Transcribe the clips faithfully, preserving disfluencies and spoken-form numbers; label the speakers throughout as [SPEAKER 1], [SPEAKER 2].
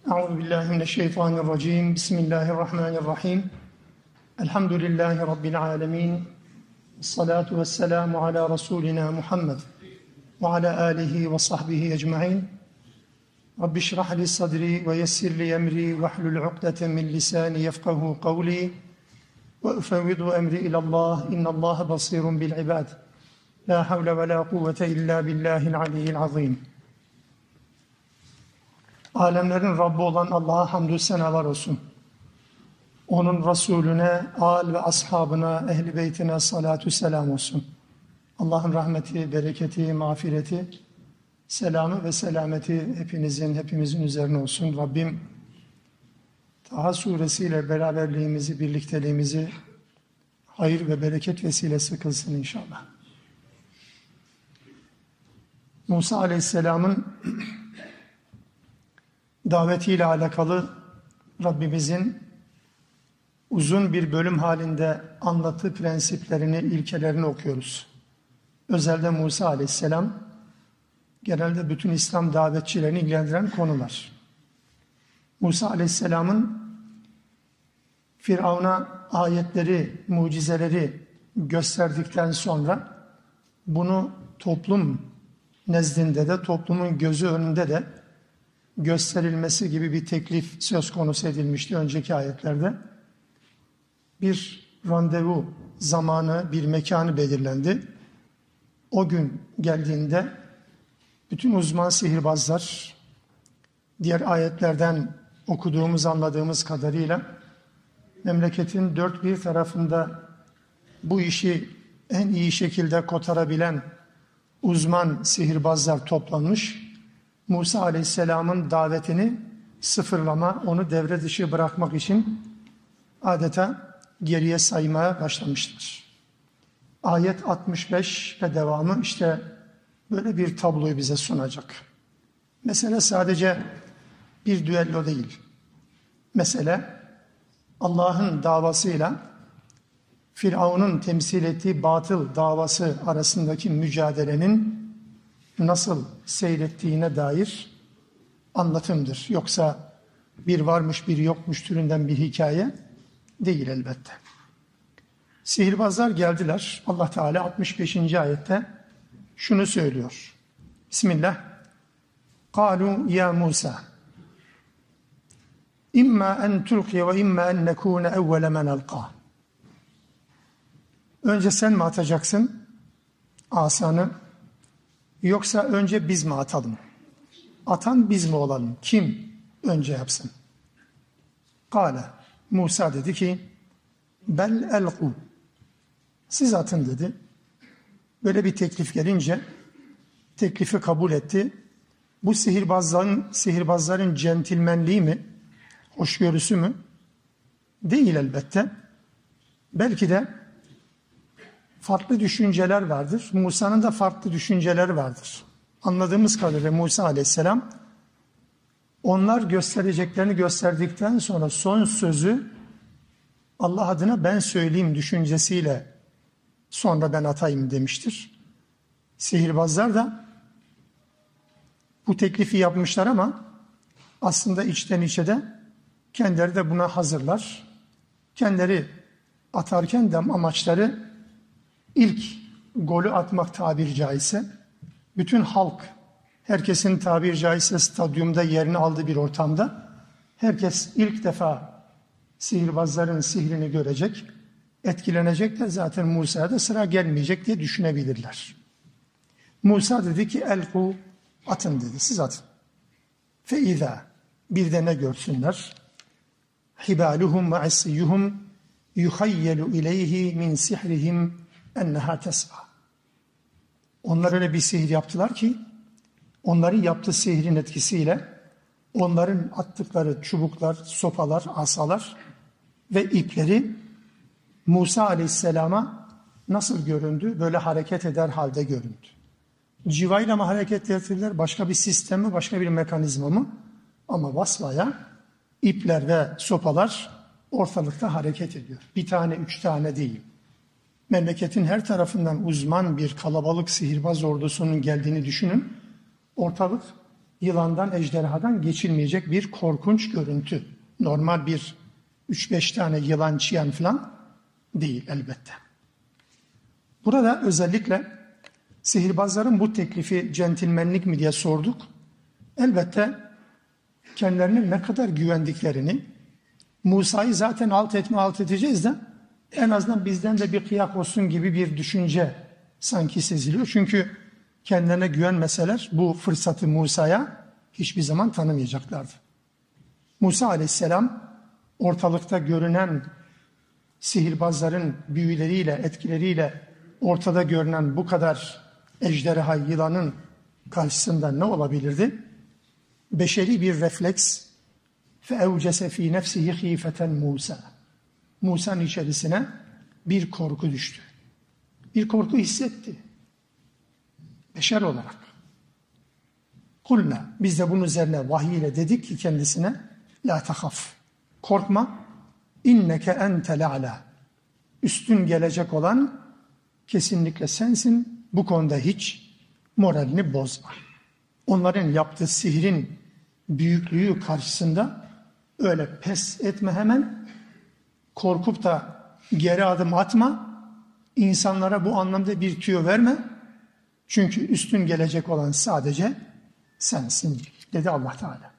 [SPEAKER 1] Euzubillahimineşşeytanirracim. Bismillahirrahmanirrahim. Elhamdülillahi Rabbil alemin. Esselatu vesselamu ala Resulina Muhammed ve ala alihi ve sahbihi ecma'in. Rabbi şrah li sadri ve yessir li emri ve hlul ukdeten min lisani yefkahu kavli ve ufevvidu emri ilallah. İnnallâhe basirun bil ibad. La havle ve la kuvvete illa billahil aliyyil azim. Alemlerin Rabbi olan Allah'a hamdü senalar olsun. Onun Resulüne, âl ve ashabına, ehl-i beytine salatu selam olsun. Allah'ın rahmeti, bereketi, mağfireti, selamı ve selameti hepinizin, hepimizin üzerine olsun. Rabbim Taha suresiyle beraberliğimizi, birlikteliğimizi hayır ve bereket vesilesi kılsın inşallah. Musa Aleyhisselam'ın davetiyle alakalı Rabbimizin uzun bir bölüm halinde anlattığı prensiplerini, ilkelerini okuyoruz. Özelde Musa Aleyhisselam, genelde bütün İslam davetçilerini ilgilendiren konular. Musa Aleyhisselam'ın Firavun'a ayetleri, mucizeleri gösterdikten sonra bunu toplum nezdinde de, toplumun gözü önünde de gösterilmesi gibi bir teklif söz konusu edilmişti önceki ayetlerde. Bir randevu zamanı, bir mekanı belirlendi. O gün geldiğinde bütün uzman sihirbazlar, diğer ayetlerden okuduğumuz, anladığımız kadarıyla memleketin dört bir tarafında bu işi en iyi şekilde kotarabilen uzman sihirbazlar toplanmış. Musa Aleyhisselam'ın davetini sıfırlama, onu devre dışı bırakmak için adeta geriye saymaya başlamışlar. Ayet altmış beş ve devamı işte böyle bir tabloyu bize sunacak. Mesele sadece bir düello değil. Mesele Allah'ın davasıyla Firavun'un temsil ettiği batıl davası arasındaki mücadelenin nasıl seyrettiğine dair anlatımdır. Yoksa bir varmış bir yokmuş türünden bir hikaye değil elbette. Sihirbazlar geldiler. Allah Teala altmış beşinci ayette şunu söylüyor. Bismillah. Kalu ya Musa İmma en tulki ve imma en nekune evvele men alqa. Önce sen mi atacaksın asanı, yoksa önce biz mi atalım? Atan biz mi olalım? Kim önce yapsın? Kâle. Musa dedi ki bel elqu. Siz atın dedi. Böyle bir teklif gelince teklifi kabul etti. Bu sihirbazların, sihirbazların centilmenliği mi? Hoşgörüsü mü? Değil elbette. Belki de farklı düşünceler vardır. Musa'nın da farklı düşünceleri vardır. Anladığımız kadarıyla Musa Aleyhisselam onlar göstereceklerini gösterdikten sonra son sözü Allah adına ben söyleyeyim düşüncesiyle sonra ben atayım demiştir. Sihirbazlar da bu teklifi yapmışlar ama aslında içten içe de kendileri de buna hazırlar. Kendileri atarken de amaçları İlk golü atmak tabiri caizse, bütün halk, herkesin tabiri caizse stadyumda yerini aldığı bir ortamda, herkes ilk defa sihirbazların sihrini görecek, etkilenecek de zaten Musa'ya da sıra gelmeyecek diye düşünebilirler. Musa dedi ki elku, atın dedi, siz atın. Fe izâ, bir de ne görsünler? Hibaluhum ve asiyyuhum yuhayyelu ileyhi min sihrihim enneha tes'a. Onlar öyle bir sihir yaptılar ki onların yaptığı sihrin etkisiyle onların attıkları çubuklar, sopalar, asalar ve ipleri Musa Aleyhisselam'a nasıl göründü? Böyle hareket eder halde göründü. Civayla mı hareket ettiler? Başka bir sistem mi? Başka bir mekanizma mı? Ama vasvaya ipler ve sopalar ortalıkta hareket ediyor. Bir tane, üç tane değil. Memleketin her tarafından uzman bir kalabalık sihirbaz ordusunun geldiğini düşünün. Ortalık yılandan, ejderhadan geçilmeyecek bir korkunç görüntü. Normal bir üç beş tane yılan, çiyan falan değil elbette. Burada özellikle sihirbazların bu teklifi centilmenlik mi diye sorduk. Elbette kendilerine ne kadar güvendiklerini, Musa'yı zaten alt etme alt edeceğiz de en azından bizden de bir kıyak olsun gibi bir düşünce sanki seziliyor. Çünkü kendilerine güvenmeseler bu fırsatı Musa'ya hiçbir zaman tanımayacaklardı. Musa aleyhisselam ortalıkta görünen sihirbazların büyüleriyle, etkileriyle ortada görünen bu kadar ejderha, yılanın karşısında ne olabilirdi? Beşeri bir refleks. فَاَوْجَسَ ف۪ي نَفْسِهِ خِيفَةً Musa. Musa'nın içerisine bir korku düştü. Bir korku hissetti. Beşer olarak. Kulna. Biz de bunun üzerine vahiy ile dedik ki kendisine la tahaf. Korkma. İnneke ente le'ala. Üstün gelecek olan kesinlikle sensin. Bu konuda hiç moralini bozma. Onların yaptığı sihrin büyüklüğü karşısında öyle pes etme hemen. Korkup da geri adım atma. İnsanlara bu anlamda bir tüyo verme. Çünkü üstün gelecek olan sadece sensin dedi Allah Teala.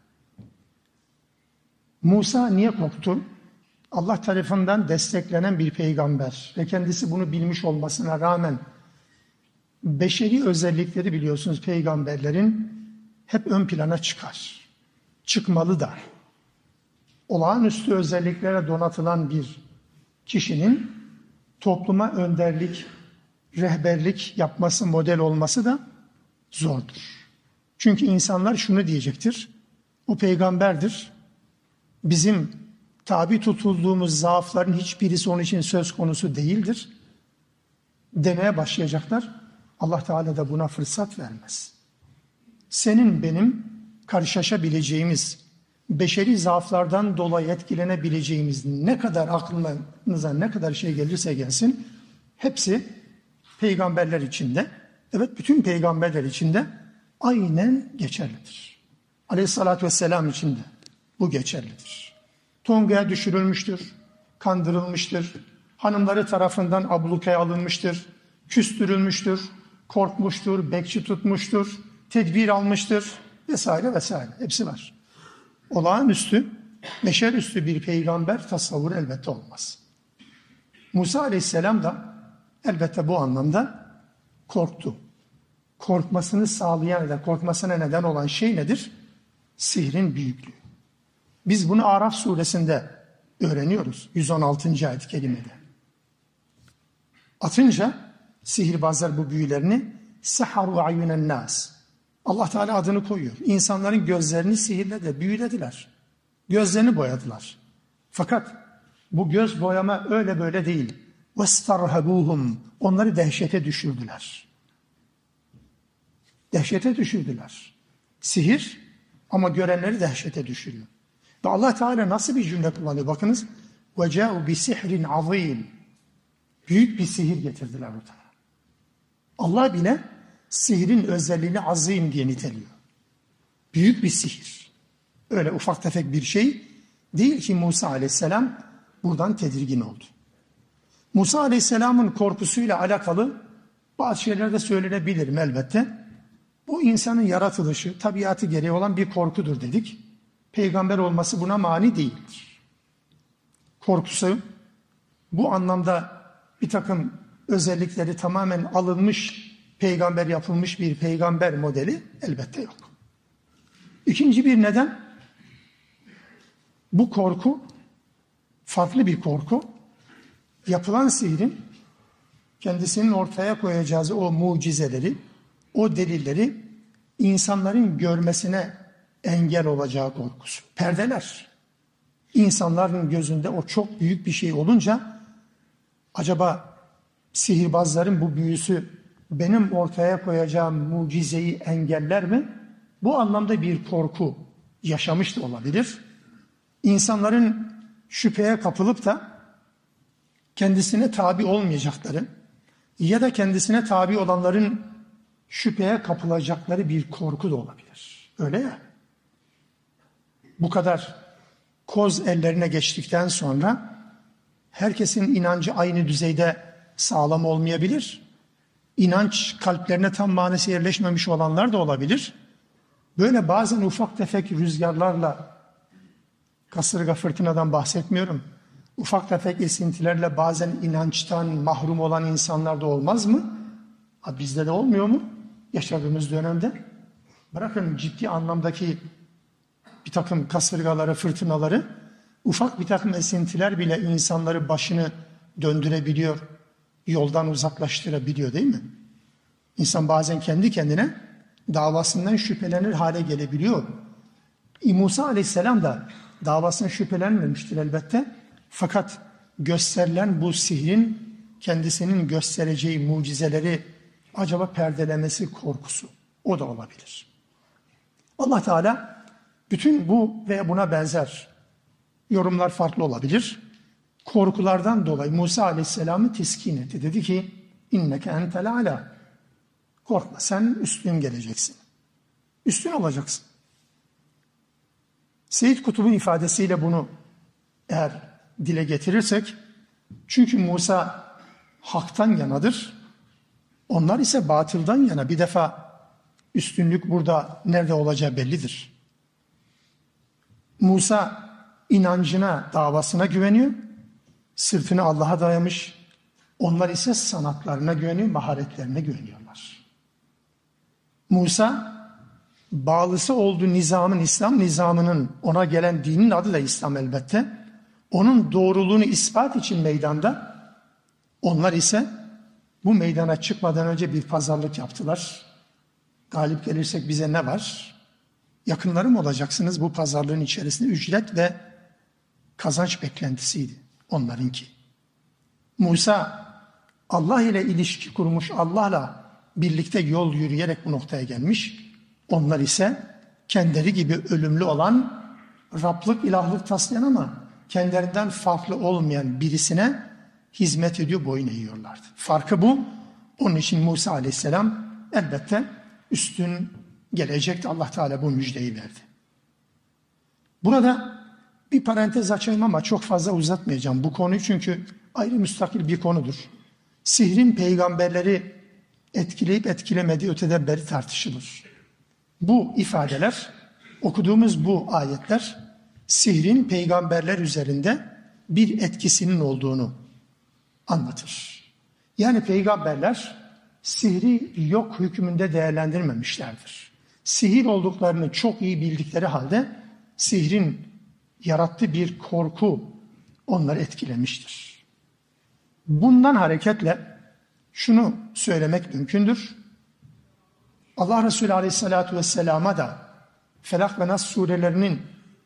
[SPEAKER 1] Musa niye korktu? Allah tarafından desteklenen bir peygamber ve kendisi bunu bilmiş olmasına rağmen beşeri özellikleri biliyorsunuz peygamberlerin hep ön plana çıkar. Çıkmalı da. Olağanüstü özelliklere donatılan bir kişinin topluma önderlik, rehberlik yapması, model olması da zordur. Çünkü insanlar şunu diyecektir. O peygamberdir. Bizim tabi tutulduğumuz zaafların hiçbirisi onun için söz konusu değildir. Demeye başlayacaklar. Allah Teala da buna fırsat vermez. Senin benim karşılaşabileceğimiz, beşeri zaaflardan dolayı etkilenebileceğimiz ne kadar aklınıza ne kadar şey gelirse gelsin, hepsi peygamberler içinde, evet bütün peygamberler içinde aynen geçerlidir. Aleyhissalatü vesselam için de bu geçerlidir. Tonga'ya düşürülmüştür, kandırılmıştır, hanımları tarafından ablukaya alınmıştır, küstürülmüştür, korkmuştur, bekçi tutmuştur, tedbir almıştır vesaire vesaire. Hepsi var. Olağanüstü, beşerüstü bir peygamber tasavvur elbette olmaz. Musa aleyhisselam da elbette bu anlamda korktu. Korkmasını sağlayan ya da korkmasına neden olan şey nedir? Sihrin büyüklüğü. Biz bunu Araf suresinde öğreniyoruz. yüz on altıncı ayet-i kerimede. Atınca sihirbazlar bu büyülerini seharu ayunen nas. Allah Teala adını koyuyor. İnsanların gözlerini sihirle de büyülediler. Gözlerini boyadılar. Fakat bu göz boyama öyle böyle değil. وَاسْتَرْهَبُوهُمْ Onları dehşete düşürdüler. Dehşete düşürdüler. Sihir ama görenleri dehşete düşürüyor. Ve Allah Teala nasıl bir cümle kullanıyor? Bakınız. وَجَاءُ بِسِحْرٍ عَظِيمٍ Büyük bir sihir getirdiler ortaya. Allah bile sihrin özelliğini azim diye niteliyor. Büyük bir sihir. Öyle ufak tefek bir şey değil ki Musa aleyhisselam buradan tedirgin oldu. Musa aleyhisselamın korkusuyla alakalı bazı şeyler de söylenebilir elbette. Bu insanın yaratılışı, tabiatı gereği olan bir korkudur dedik. Peygamber olması buna mani değildir. Korkusu bu anlamda bir takım özellikleri tamamen alınmış, peygamber yapılmış bir peygamber modeli elbette yok. İkinci bir neden, bu korku farklı bir korku. Yapılan sihrin kendisinin ortaya koyacağı o mucizeleri, o delilleri insanların görmesine engel olacağı korkusu. Perdeler. İnsanların gözünde o çok büyük bir şey olunca acaba sihirbazların bu büyüsü benim ortaya koyacağım mucizeyi engeller mi? Bu anlamda bir korku yaşamış da olabilir. İnsanların şüpheye kapılıp da kendisine tabi olmayacakları ya da kendisine tabi olanların şüpheye kapılacakları bir korku da olabilir. Öyle ya. Bu kadar koz ellerine geçtikten sonra herkesin inancı aynı düzeyde sağlam olmayabilir. İnanç kalplerine tam manası yerleşmemiş olanlar da olabilir. Böyle bazen ufak tefek rüzgarlarla, kasırga fırtınadan bahsetmiyorum, ufak tefek esintilerle bazen inançtan mahrum olan insanlar da olmaz mı? Ha, bizde de olmuyor mu? Yaşadığımız dönemde. Bırakın ciddi anlamdaki bir takım kasırgaları, fırtınaları, ufak bir takım esintiler bile insanları başını döndürebiliyor, yoldan uzaklaştırabiliyor değil mi? İnsan bazen kendi kendine davasından şüphelenir hale gelebiliyor. Musa aleyhisselam da davasından şüphelenmemiştir elbette. Fakat gösterilen bu sihrin kendisinin göstereceği mucizeleri acaba perdelemesi korkusu, o da olabilir. Allah Teala bütün bu ve buna benzer yorumlar farklı olabilir. Korkulardan dolayı Musa Aleyhisselam'ı teskin etti. Dedi ki inneke entel ala. Korkma, sen üstün geleceksin. Üstün olacaksın. Seyyid Kutub'un ifadesiyle bunu eğer dile getirirsek, çünkü Musa haktan yanadır, onlar ise batıldan yana. Bir defa üstünlük burada nerede olacağı bellidir. Musa inancına, davasına güveniyor, sırtını Allah'a dayamış. Onlar ise sanatlarına güveniyor, maharetlerine güveniyorlar. Musa bağlısı olduğu nizamın, İslam nizamının, ona gelen dinin adı da İslam elbette. Onun doğruluğunu ispat için meydanda, onlar ise bu meydana çıkmadan önce bir pazarlık yaptılar. Galip gelirsek bize ne var? Yakınlarım olacaksınız, bu pazarlığın içerisinde ücret ve kazanç beklentisiydi onlarınki. Musa Allah ile ilişki kurmuş, Allah'la birlikte yol yürüyerek bu noktaya gelmiş. Onlar ise kendileri gibi ölümlü olan, Rablık, ilahlık taslayan ama kendilerinden farklı olmayan birisine hizmet ediyor, boyun eğiyorlardı. Farkı bu. Onun için Musa aleyhisselam elbette üstün gelecekti. Allah Teala bu müjdeyi verdi. Burada bir parantez açayım ama çok fazla uzatmayacağım bu konuyu, çünkü ayrı müstakil bir konudur. Sihrin peygamberleri etkileyip etkilemediği öteden beri tartışılır. Bu ifadeler, okuduğumuz bu ayetler, sihrin peygamberler üzerinde bir etkisinin olduğunu anlatır. Yani peygamberler sihri yok hükmünde değerlendirmemişlerdir. Sihir olduklarını çok iyi bildikleri halde sihrin yarattığı bir korku onları etkilemiştir. Bundan hareketle şunu söylemek mümkündür. Allah Resulü Aleyhisselatü Vesselam'a da Felak ve Nas surelerinin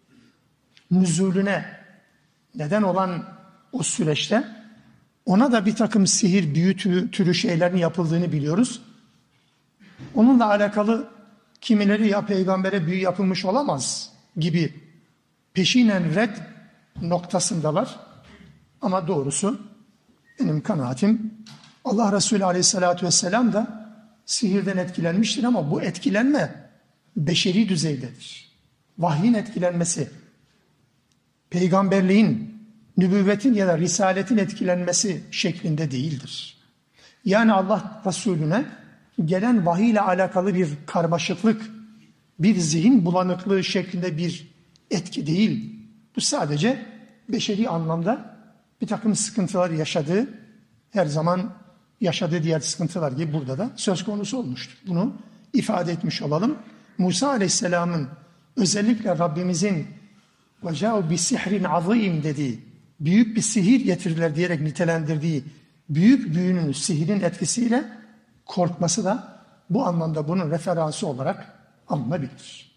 [SPEAKER 1] nüzulüne neden olan o süreçte ona da bir takım sihir, büyü türü şeylerin yapıldığını biliyoruz. Onunla alakalı kimileri ya peygambere büyü yapılmış olamaz gibi peşinen red noktasındalar. Ama doğrusu benim kanaatim Allah Resulü Aleyhisselatü Vesselam da sihirden etkilenmiştir ama bu etkilenme beşeri düzeydedir. Vahyin etkilenmesi, peygamberliğin, nübüvvetin ya da risaletin etkilenmesi şeklinde değildir. Yani Allah Resulüne gelen vahiy ile alakalı bir karmaşıklık, bir zihin bulanıklığı şeklinde bir etki değil. Bu sadece beşeri anlamda bir takım sıkıntılar yaşadığı, her zaman yaşadığı diğer sıkıntılar gibi burada da söz konusu olmuştur. Bunu ifade etmiş olalım. Musa Aleyhisselam'ın özellikle Rabbimizin وَجَاءُ بِسِحْرٍ عَظِيمٍ dediği, büyük bir sihir getirirler diyerek nitelendirdiği büyük büyünün, sihirin etkisiyle korkması da bu anlamda bunun referansı olarak alınabilir.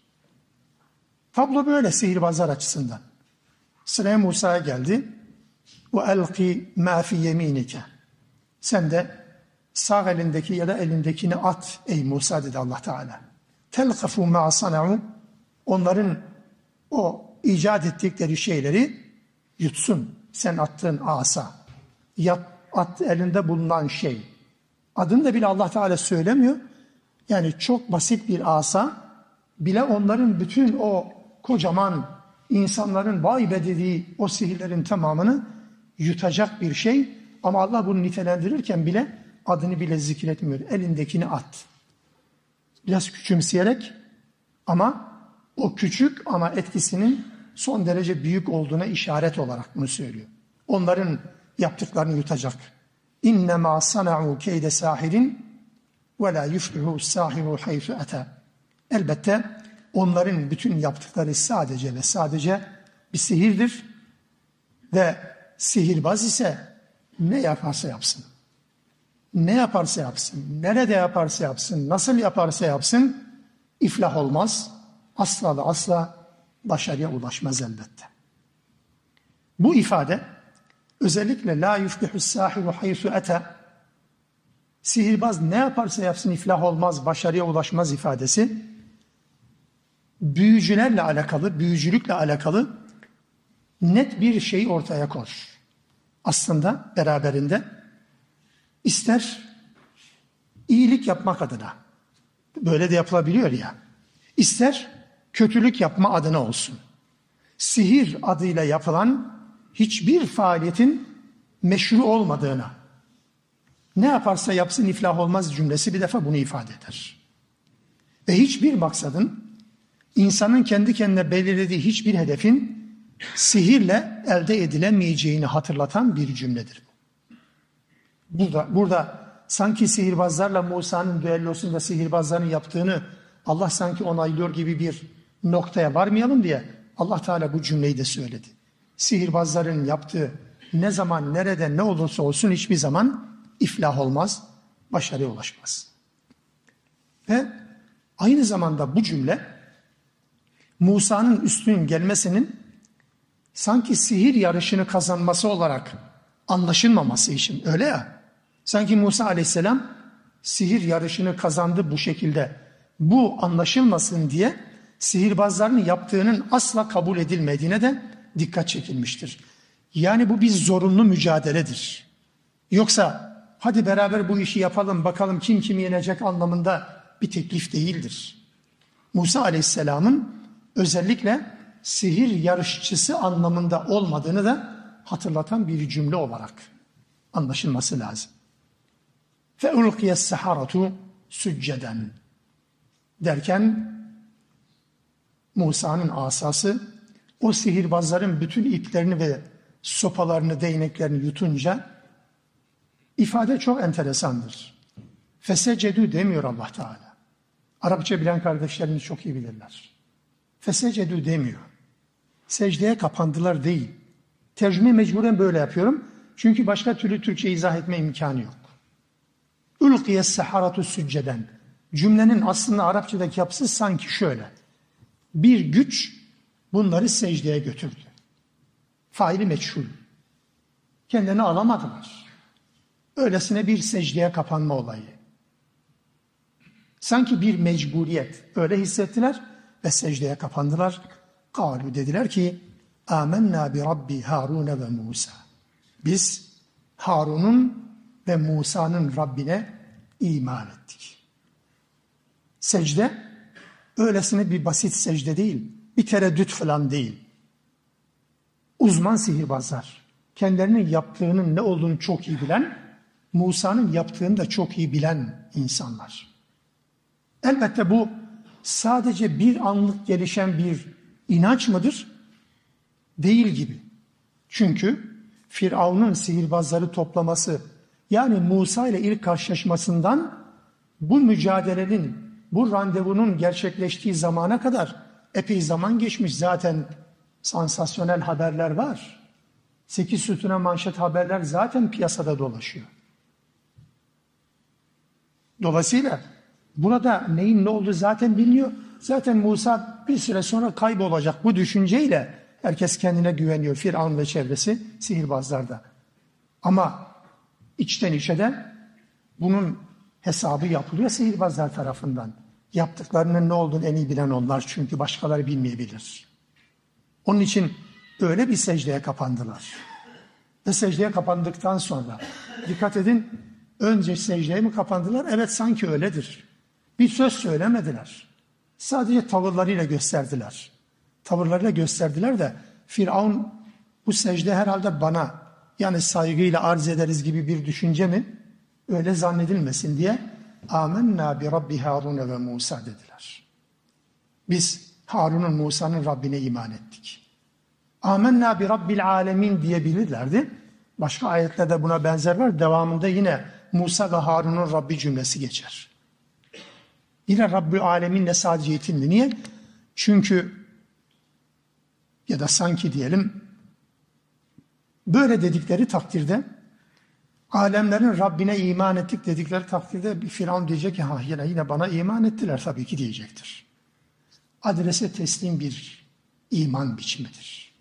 [SPEAKER 1] Tablo böyle sihirbazlar açısından. Sıraya Musa'ya geldi. وَاَلْقِ مَا فِي يَم۪ينِكَ Sen de sağ elindeki ya da elindekini at ey Musa dedi Allah Teala. تَلْقَفُوا مَا صَنَعُوا Onların o icat ettikleri şeyleri yutsun. Sen attığın asa, yat, at, elinde bulunan şey. Adını da bile Allah Teala söylemiyor. Yani çok basit bir asa, bile onların bütün o kocaman insanların vay be dediği o sihirlerin tamamını yutacak bir şey. Ama Allah bunu nitelendirirken bile adını bile zikretmiyor. Elindekini at. Biraz küçümseyerek ama o küçük ama etkisinin son derece büyük olduğuna işaret olarak bunu söylüyor. Onların yaptıklarını yutacak. İnnemâ sana'û keyde sahirin ve lâ yuflihû sâhirû haythu etâ. Elbette onların bütün yaptıkları sadece ve sadece bir sihirdir ve sihirbaz ise ne yaparsa yapsın, ne yaparsa yapsın, nerede yaparsa yapsın, nasıl yaparsa yapsın iflah olmaz, asla da asla başarıya ulaşmaz elbette. Bu ifade özellikle la yuflihu sahiru haythu ata, sihirbaz ne yaparsa yapsın iflah olmaz, başarıya ulaşmaz ifadesi büyücülerle alakalı, büyücülükle alakalı net bir şey ortaya koyar. Aslında beraberinde ister iyilik yapmak adına, böyle de yapılabiliyor ya, ister kötülük yapma adına olsun. Sihir adıyla yapılan hiçbir faaliyetin meşru olmadığına, ne yaparsa yapsın iflah olmaz cümlesi bir defa bunu ifade eder. Ve hiçbir maksadın, insanın kendi kendine belirlediği hiçbir hedefin sihirle elde edilemeyeceğini hatırlatan bir cümledir. Burada, burada sanki sihirbazlarla Musa'nın düellosunda sihirbazların yaptığını Allah sanki onaylıyor gibi bir noktaya varmayalım diye Allah Teala bu cümleyi de söyledi. Sihirbazların yaptığı ne zaman, nerede, ne olursa olsun hiçbir zaman iflah olmaz, başarıya ulaşmaz. Ve aynı zamanda bu cümle Musa'nın üstün gelmesinin sanki sihir yarışını kazanması olarak anlaşılmaması için, öyle ya, sanki Musa aleyhisselam sihir yarışını kazandı bu şekilde, bu anlaşılmasın diye sihirbazların yaptığının asla kabul edilmediğine de dikkat çekilmiştir. Yani bu bir zorunlu mücadeledir. Yoksa hadi beraber bu işi yapalım bakalım kim kimi yenecek anlamında bir teklif değildir. Musa aleyhisselamın özellikle sihir yarışçısı anlamında olmadığını da hatırlatan bir cümle olarak anlaşılması lazım. فَاُلْقِيَ السَّحَرَةُ سُجَّدًا derken Musa'nın asası o sihirbazların bütün iplerini ve sopalarını, değneklerini yutunca ifade çok enteresandır. Fesecedü demiyor Allah Teala. Arapça bilen kardeşlerimiz çok iyi bilirler. Fesecedü demiyor. Secdeye kapandılar değil. Tercüme mecburen böyle yapıyorum. Çünkü başka türlü Türkçe izah etme imkanı yok. Ulqiyes saharatu sücceden. Cümlenin aslında Arapçadaki yapısı sanki şöyle. Bir güç bunları secdeye götürdü. Faili meçhul. Kendini alamadılar. Öylesine bir secdeye kapanma olayı. Sanki bir mecburiyet. Öyle hissettiler ve secdeye kapandılar. Kâlu dediler ki âmennâ bi Rabbi Harun ve Musa. Biz Harun'un ve Musa'nın Rabbine iman ettik. Secde öylesine bir basit secde değil. Bir tereddüt falan değil. Uzman sihirbazlar, kendilerinin yaptığının ne olduğunu çok iyi bilen, Musa'nın yaptığını da çok iyi bilen insanlar. Elbette bu sadece bir anlık gelişen bir inanç mıdır? Değil gibi. Çünkü Firavun'un sihirbazları toplaması, yani Musa ile ilk karşılaşmasından bu mücadelenin, bu randevunun gerçekleştiği zamana kadar epey zaman geçmiş. Zaten sansasyonel haberler var. Sekiz sütuna manşet haberler zaten piyasada dolaşıyor. Dolayısıyla burada neyin ne olduğu zaten biliniyor. Zaten Musa bir süre sonra kaybolacak bu düşünceyle herkes kendine güveniyor. Firavun ve çevresi sihirbazlarda. Ama içten içe de bunun hesabı yapılıyor sihirbazlar tarafından. Yaptıklarının ne olduğunu en iyi bilen onlar, çünkü başkaları bilmeyebilir. Onun için öyle bir secdeye kapandılar. Ve secdeye kapandıktan sonra dikkat edin, önce secdeye mi kapandılar? Evet, sanki öyledir. Bir söz söylemediler. Sadece tavırlarıyla gösterdiler. Tavırlarıyla gösterdiler de Firavun bu secde herhalde bana, yani saygıyla arz ederiz gibi bir düşünce mi? Öyle zannedilmesin diye Âmennâ bi Rabbi Harun ve Musa dediler. Biz Harun'un, Musa'nın Rabbine iman ettik. Âmennâ bi Rabbil âlemin diyebilirlerdi. Başka ayetlerde buna benzer var. Devamında yine Musa ve Harun'un Rabbi cümlesi geçer. Yine Rabbül Âlemin'le sadece yetindi. Niye? Çünkü ya da sanki diyelim böyle dedikleri takdirde, alemlerin Rabbine iman ettik dedikleri takdirde bir Firavun diyecek ki ha yine yine bana iman ettiler tabii ki diyecektir. Adrese teslim bir iman biçimidir.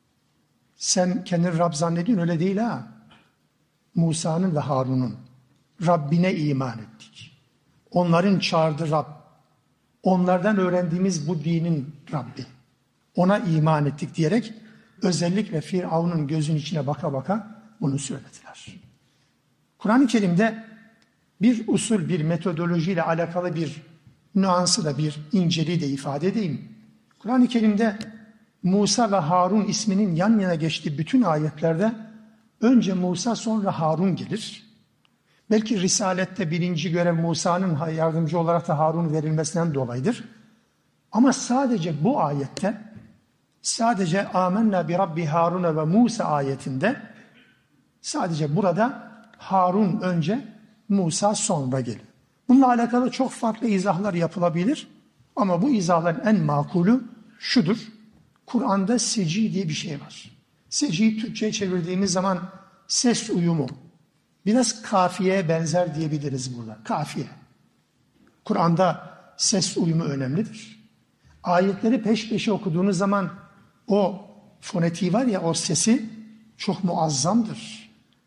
[SPEAKER 1] Sen kendini Rab zannediyorsun, öyle değil ha. Musa'nın ve Harun'un Rabbine iman ettik. Onların çağırdığı Rab. Onlardan öğrendiğimiz bu dinin Rabbi. Ona iman ettik diyerek özellikle Firavun'un gözünün içine baka baka bunu söylediler. Kur'an-ı Kerim'de bir usul, bir metodolojiyle alakalı bir nüansı da, bir inceliği de ifade edeyim. Kur'an-ı Kerim'de Musa ve Harun isminin yan yana geçtiği bütün ayetlerde önce Musa sonra Harun gelir. Belki Risalet'te birinci görev Musa'nın yardımcı olarak da Harun verilmesinden dolayıdır. Ama sadece bu ayette, sadece Âmennâ bi Rabbi Harun ve Musa ayetinde, sadece burada Harun önce, Musa sonra geliyor. Bununla alakalı çok farklı izahlar yapılabilir. Ama bu izahların en makulü şudur. Kur'an'da seci diye bir şey var. Seci'yi Türkçe'ye çevirdiğimiz zaman ses uyumu. Biraz kafiyeye benzer diyebiliriz burada. Kafiye. Kur'an'da ses uyumu önemlidir. Ayetleri peş peşe okuduğunuz zaman o fonetiği var ya, o sesi çok muazzamdır.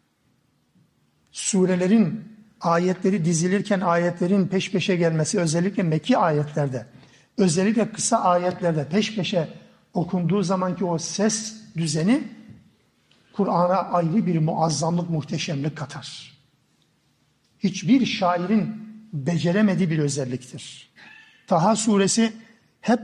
[SPEAKER 1] Surelerin ayetleri dizilirken ayetlerin peş peşe gelmesi, özellikle Mekki ayetlerde, özellikle kısa ayetlerde peş peşe okunduğu zamanki o ses düzeni Kur'an'a ayrı bir muazzamlık, muhteşemlik katar. Hiçbir şairin beceremediği bir özelliktir. Taha suresi hep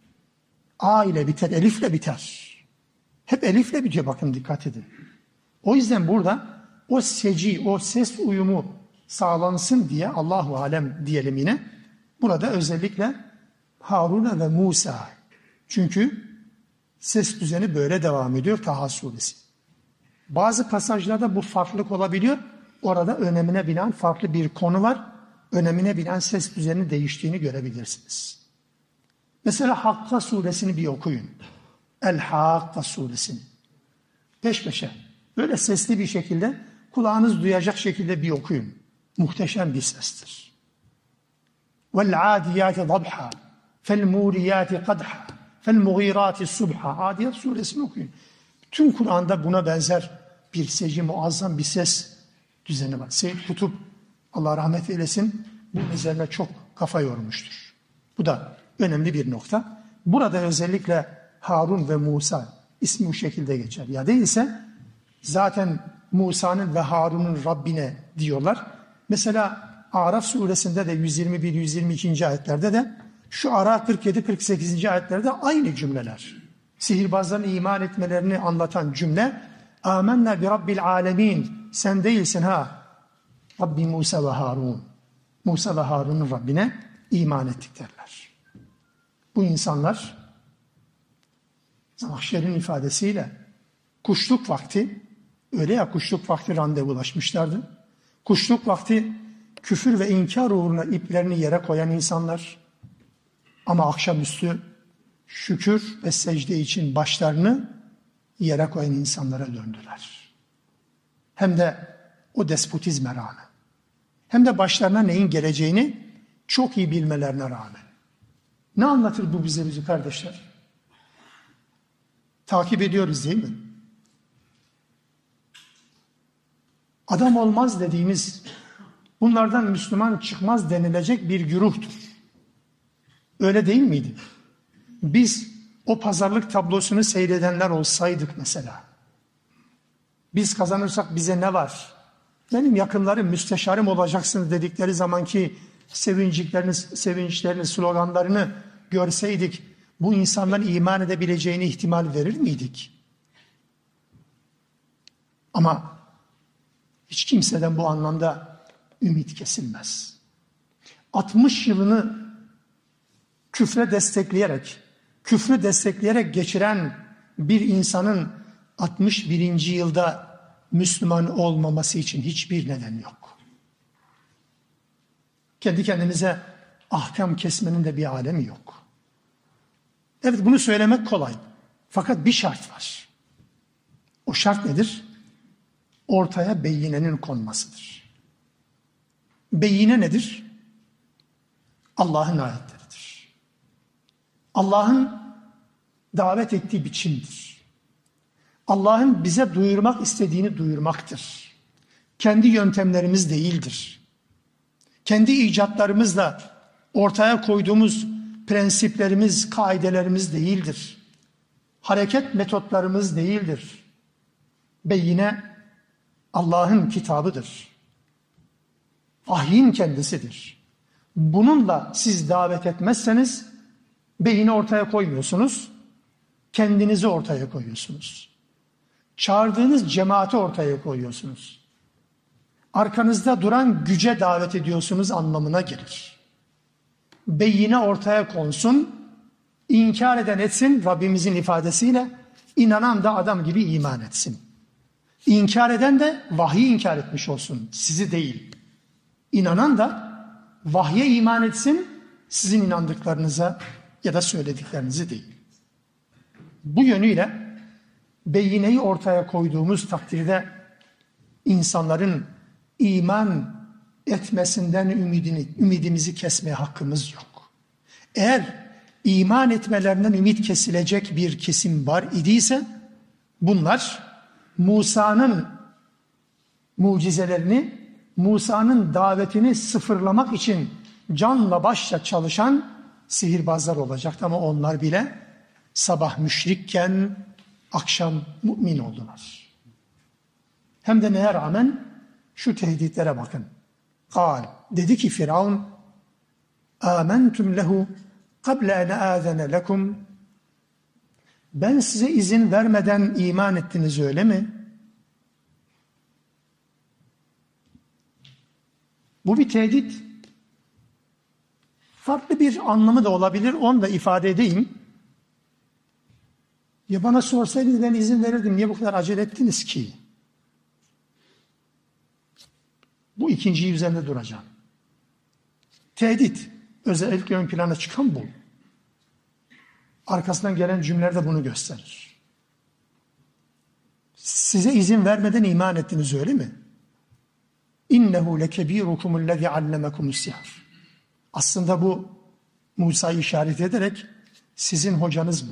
[SPEAKER 1] A ile biter, elifle biter. Hep elifle bitiyor, bakın dikkat edin. O yüzden burada o seci, o ses uyumu sağlansın diye Allahu alem diyelim yine. Burada özellikle Harun ve Musa. Çünkü ses düzeni böyle devam ediyor Taha suresi. Bazı pasajlarda bu farklılık olabiliyor. Orada önemine binen farklı bir konu var. Önemine binen ses düzeninin değiştiğini görebilirsiniz. Mesela Hakka suresini bir okuyun. El-Hakka suresini. Peş peşe. Böyle sesli bir şekilde, kulağınız duyacak şekilde bir okuyun. Muhteşem bir sestir. Vel-Adiyâti dabha, fel-Mûriyâti kadha, fel-Mughîrâti subha. Adiyat suresini okuyun. Tüm Kur'an'da buna benzer bir seci, muazzam bir ses düzeni var. Seyyid Kutup, Allah rahmet eylesin, bu üzerine çok kafa yormuştur. Bu da önemli bir nokta. Burada özellikle Harun ve Musa ismi bu şekilde geçer. Ya değilse zaten Musa'nın ve Harun'un Rabbine diyorlar. Mesela Araf suresinde de yüz yirmi bir yüz yirmi iki. ayetlerde de şu ara kırk yedi kırk sekiz. ayetlerde aynı cümleler. Sihirbazların iman etmelerini anlatan cümle Âmennâ bi Rabbil âlemin. Sen değilsin ha. Rabbi Musa ve Harun. Musa ve Harun'un Rabbine iman ettik derler. Bu insanlar Zamakhşeri'nin ifadesiyle kuşluk vakti, öyle ya, kuşluk vakti randevulaşmışlardı. Kuşluk vakti küfür ve inkar uğruna iplerini yere koyan insanlar, ama akşamüstü şükür ve secde için başlarını yere koyan insanlara döndüler. Hem de o despotizme rağmen. Hem de başlarına neyin geleceğini çok iyi bilmelerine rağmen. Ne anlatır bu bize bizi kardeşler? Takip ediyoruz değil mi? Adam olmaz dediğimiz, bunlardan Müslüman çıkmaz denilecek bir güruhtur. Öyle değil miydi? Biz o pazarlık tablosunu seyredenler olsaydık mesela, biz kazanırsak bize ne var? Benim yakınlarım müsteşarım olacaksınız dedikleri zamanki sevinçlerini, sevinçlerini, sloganlarını görseydik bu insanların iman edebileceğine ihtimal verir miydik? Ama hiç kimseden bu anlamda ümit kesilmez. altmış yılını küfre destekleyerek, küfrü destekleyerek geçiren bir insanın altmış birinci yılda Müslüman olmaması için hiçbir neden yok. Kendi kendimize ahkam kesmenin de bir alemi yok. Evet, bunu söylemek kolay. Fakat bir şart var. O şart nedir? Ortaya beyinenin konmasıdır. Beyine nedir? Allah'ın ayetleridir. Allah'ın davet ettiği biçimdir. Allah'ın bize duyurmak istediğini duyurmaktır. Kendi yöntemlerimiz değildir. Kendi icatlarımızla ortaya koyduğumuz prensiplerimiz, kaidelerimiz değildir. Hareket metotlarımız değildir. Beyine Allah'ın kitabıdır. Vahyin kendisidir. Bununla siz davet etmezseniz beyni ortaya koymuyorsunuz, kendinizi ortaya koyuyorsunuz. Çağırdığınız cemaati ortaya koyuyorsunuz. Arkanızda duran güce davet ediyorsunuz anlamına gelir. Beyine ortaya konsun, inkar eden etsin Rabbimizin ifadesiyle, inanan da adam gibi iman etsin. İnkar eden de vahyi inkar etmiş olsun, sizi değil. İnanan da vahye iman etsin, sizin inandıklarınıza ya da söylediklerinizi değil. Bu yönüyle beyineyi ortaya koyduğumuz takdirde insanların iman etmesinden ümidini, ümidimizi kesmeye hakkımız yok. Eğer iman etmelerinden ümit kesilecek bir kesim var idiyse bunlar Musa'nın mucizelerini, Musa'nın davetini sıfırlamak için canla başla çalışan sihirbazlar olacaktı ama onlar bile sabah müşrikken akşam mümin oldular. Hem de neye rağmen? Şu tehditlere bakın. Kal, dedi ki Firavun, âmentum lehu kable en âzene lekum. Ben size izin vermeden iman ettiniz öyle mi? Bu bir tehdit. Farklı bir anlamı da olabilir, onu da ifade edeyim. Ya bana sorsaydınız ben izin verirdim, niye bu kadar acele ettiniz ki? Bu ikinciyi üzerinde duracağım. Tehdit, özellikle ön plana çıkan bu. Arkasından gelen cümleler de bunu gösterir. Size izin vermeden iman ettiniz öyle mi? İnnehu lekebirukumüllezî allemekumus-sihr. Aslında bu Musa'yı işaret ederek sizin hocanız bu.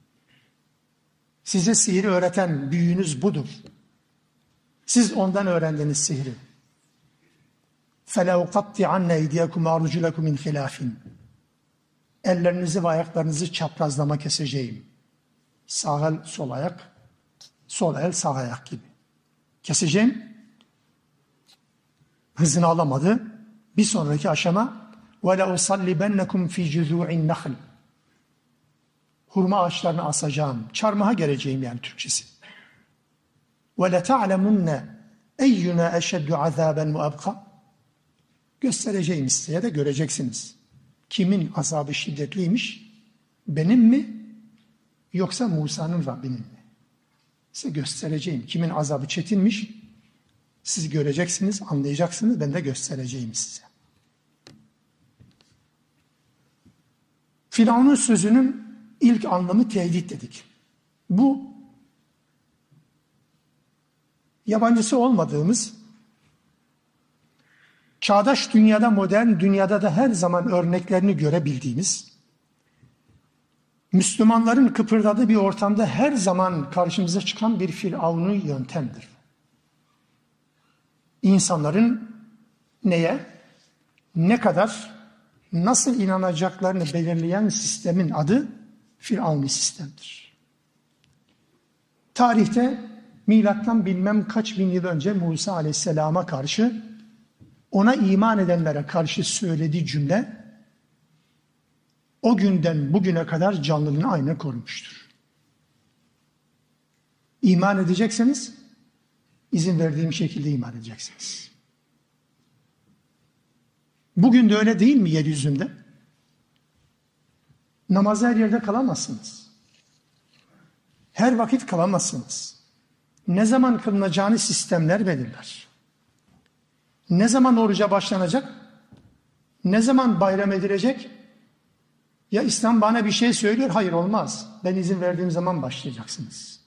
[SPEAKER 1] Size sihri öğreten büyüğünüz budur. Siz ondan öğrendiniz sihri. فَلَوْقَطِّعَنَّ اَيْدِيَكُمْ وَاَرْجُلَكُمْ مِنْ خِلَافٍ. Ellerinizi ve ayaklarınızı çaprazlama keseceğim. Sağ el, sol ayak, sol el, sağ ayak gibi. Keseceğim. Hızını alamadı. Bir sonraki aşama وَلَاُصَلِّبَنَّكُمْ فِي جُذُوعِ النَّخْلِ. Hurma ağaçlarını asacağım. Çarmıha gereceğim yani Türkçesi. وَلَتَعْلَمُنَّ اَيُّنَا اَشَدُّ عَذَابًا وَاَبْقَى. Göstereceğim size ya da göreceksiniz. Kimin azabı şiddetliymiş? Benim mi? Yoksa Musa'nın Rabbinin mi? Size göstereceğim. Kimin azabı çetinmiş? Siz göreceksiniz, anlayacaksınız. Ben de göstereceğim size. Firavun'un sözünün ilk anlamı tehdit dedik. Bu yabancısı olmadığımız, çağdaş dünyada, modern dünyada da her zaman örneklerini görebildiğimiz, Müslümanların kıpırdadığı bir ortamda her zaman karşımıza çıkan bir Firavun'un yöntemdir. İnsanların neye, ne kadar, nasıl inanacaklarını belirleyen sistemin adı Firavuni sistemdir. Tarihte milattan bilmem kaç bin yıl önce Musa Aleyhisselam'a karşı, ona iman edenlere karşı söylediği cümle, o günden bugüne kadar canlılığını aynen korumuştur. İman edecekseniz, izin verdiğim şekilde iman edeceksiniz. Bugün de öyle değil mi yeryüzünde? Namazı her yerde kalamazsınız. Her vakit kalamazsınız. Ne zaman kılınacağını sistemler belirler. Ne zaman oruca başlanacak? Ne zaman bayram edilecek? Ya İslam bana bir şey söylüyor, hayır olmaz. Ben izin verdiğim zaman başlayacaksınız.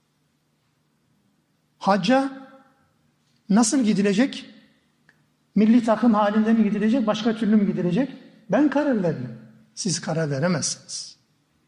[SPEAKER 1] Hacca nasıl gidilecek? Milli takım halinde mi gidilecek, başka türlü mü gidilecek? Ben karar veririm. Siz karar veremezsiniz.